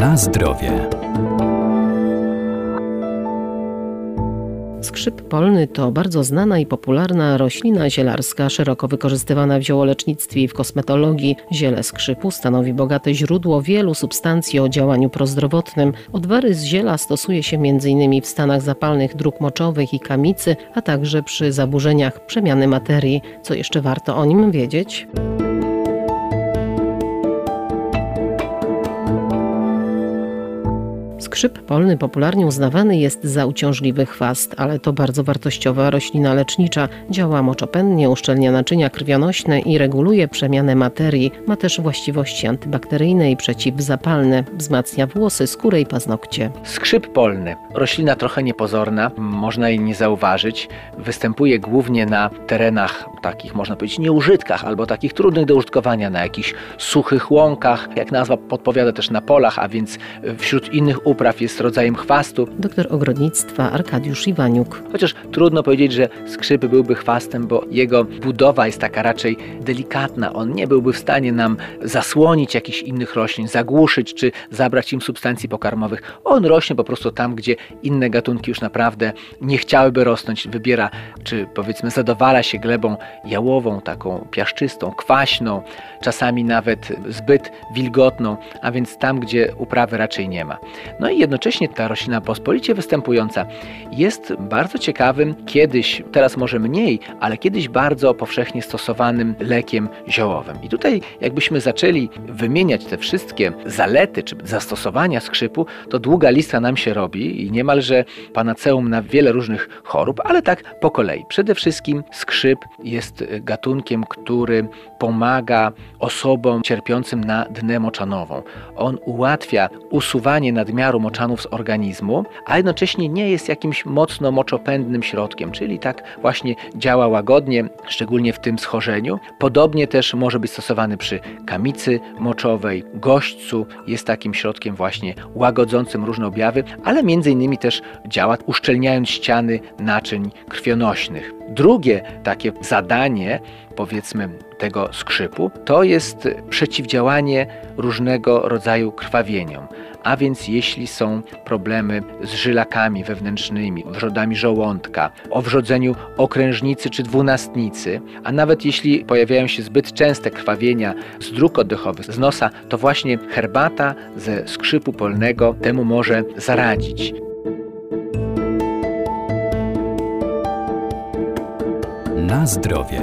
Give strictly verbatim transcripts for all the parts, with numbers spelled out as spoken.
Na zdrowie. Skrzyp polny to bardzo znana i popularna roślina zielarska, szeroko wykorzystywana w ziołolecznictwie i w kosmetologii. Ziele skrzypu stanowi bogate źródło wielu substancji o działaniu prozdrowotnym. Odwary z ziela stosuje się między innymi w stanach zapalnych dróg moczowych i kamicy, a także przy zaburzeniach przemiany materii. Co jeszcze warto o nim wiedzieć? Skrzyp polny popularnie uznawany jest za uciążliwy chwast, ale to bardzo wartościowa roślina lecznicza. Działa moczopędnie, uszczelnia naczynia krwionośne i reguluje przemianę materii. Ma też właściwości antybakteryjne i przeciwzapalne. Wzmacnia włosy, skórę i paznokcie. Skrzyp polny. Roślina trochę niepozorna, można jej nie zauważyć. Występuje głównie na terenach takich, można powiedzieć, nieużytkach albo takich trudnych do użytkowania, na jakichś suchych łąkach, jak nazwa podpowiada, też na polach, a więc wśród innych upraw jest rodzajem chwastu. Doktor ogrodnictwa Arkadiusz Iwaniuk. Chociaż trudno powiedzieć, że skrzyp byłby chwastem, bo jego budowa jest taka raczej delikatna. On nie byłby w stanie nam zasłonić jakichś innych roślin, zagłuszyć czy zabrać im substancji pokarmowych. On rośnie po prostu tam, gdzie inne gatunki już naprawdę nie chciałyby rosnąć. Wybiera, czy powiedzmy zadowala się glebą jałową, taką piaszczystą, kwaśną, czasami nawet zbyt wilgotną, a więc tam, gdzie uprawy raczej nie ma. No i jednocześnie ta roślina pospolicie występująca jest bardzo ciekawym, kiedyś, teraz może mniej, ale kiedyś bardzo powszechnie stosowanym lekiem ziołowym. I tutaj jakbyśmy zaczęli wymieniać te wszystkie zalety czy zastosowania skrzypu, to długa lista nam się robi i niemalże panaceum na wiele różnych chorób, ale tak po kolei. Przede wszystkim skrzyp jest gatunkiem, który pomaga osobom cierpiącym na dnę moczanową. On ułatwia usuwanie nadmiaru moczanów z organizmu, a jednocześnie nie jest jakimś mocno moczopędnym środkiem, czyli tak właśnie działa łagodnie, szczególnie w tym schorzeniu. Podobnie też może być stosowany przy kamicy moczowej, gośćcu, jest takim środkiem właśnie łagodzącym różne objawy, ale między innymi też działa uszczelniając ściany naczyń krwionośnych. Drugie takie zadanie, powiedzmy, tego skrzypu, to jest przeciwdziałanie różnego rodzaju krwawieniom. A więc jeśli są problemy z żylakami wewnętrznymi, wrzodami żołądka, o wrzodzeniu okrężnicy czy dwunastnicy, a nawet jeśli pojawiają się zbyt częste krwawienia z dróg oddechowych, z nosa, to właśnie herbata ze skrzypu polnego temu może zaradzić. Na zdrowie.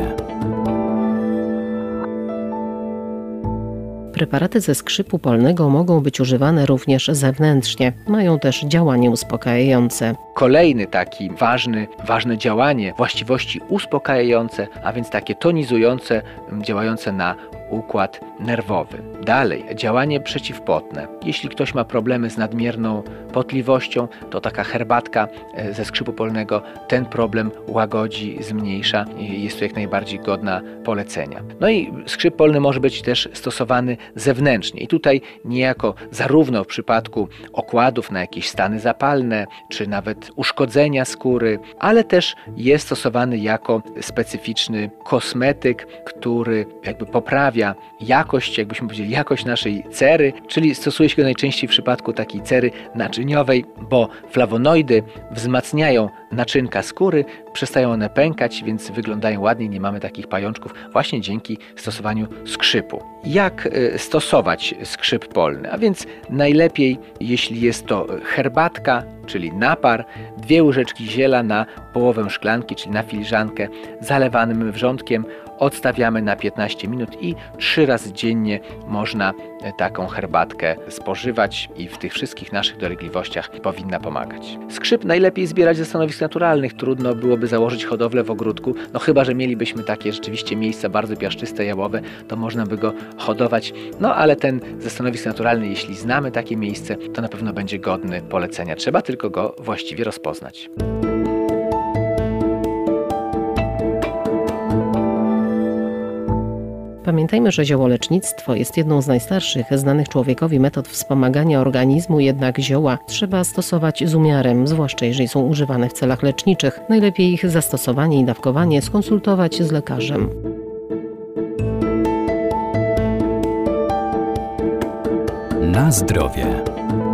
Preparaty ze skrzypu polnego mogą być używane również zewnętrznie. Mają też działanie uspokajające. Kolejny taki ważny, ważne działanie, właściwości uspokajające, a więc takie tonizujące, działające na układ nerwowy. Dalej, działanie przeciwpotne. Jeśli ktoś ma problemy z nadmierną potliwością, to taka herbatka ze skrzypu polnego ten problem łagodzi, zmniejsza i jest to jak najbardziej godna polecenia. No i skrzyp polny może być też stosowany zewnętrznie. I tutaj niejako zarówno w przypadku okładów na jakieś stany zapalne, czy nawet uszkodzenia skóry, ale też jest stosowany jako specyficzny kosmetyk, który jakby poprawia jakość, jakbyśmy powiedzieli, jakość naszej cery, czyli stosuje się go najczęściej w przypadku takiej cery naczyniowej, bo flawonoidy wzmacniają naczynka skóry, przestają one pękać, więc wyglądają ładnie, nie mamy takich pajączków właśnie dzięki stosowaniu skrzypu. Jak stosować skrzyp polny? A więc najlepiej, jeśli jest to herbatka, czyli napar, dwie łyżeczki ziela na połowę szklanki, czyli na filiżankę, zalewanym wrzątkiem, odstawiamy na piętnaście minut i trzy razy dziennie można taką herbatkę spożywać i w tych wszystkich naszych dolegliwościach powinna pomagać. Skrzyp najlepiej zbierać ze stanowisk naturalnych. Trudno byłoby założyć hodowlę w ogródku, no chyba że mielibyśmy takie rzeczywiście miejsca bardzo piaszczyste, jałowe, to można by go hodować. No ale ten ze stanowisk naturalnych, jeśli znamy takie miejsce, to na pewno będzie godny polecenia. Trzeba tylko go właściwie rozpoznać. Pamiętajmy, że ziołolecznictwo jest jedną z najstarszych znanych człowiekowi metod wspomagania organizmu, jednak zioła trzeba stosować z umiarem, zwłaszcza jeżeli są używane w celach leczniczych. Najlepiej ich zastosowanie i dawkowanie skonsultować z lekarzem. Na zdrowie.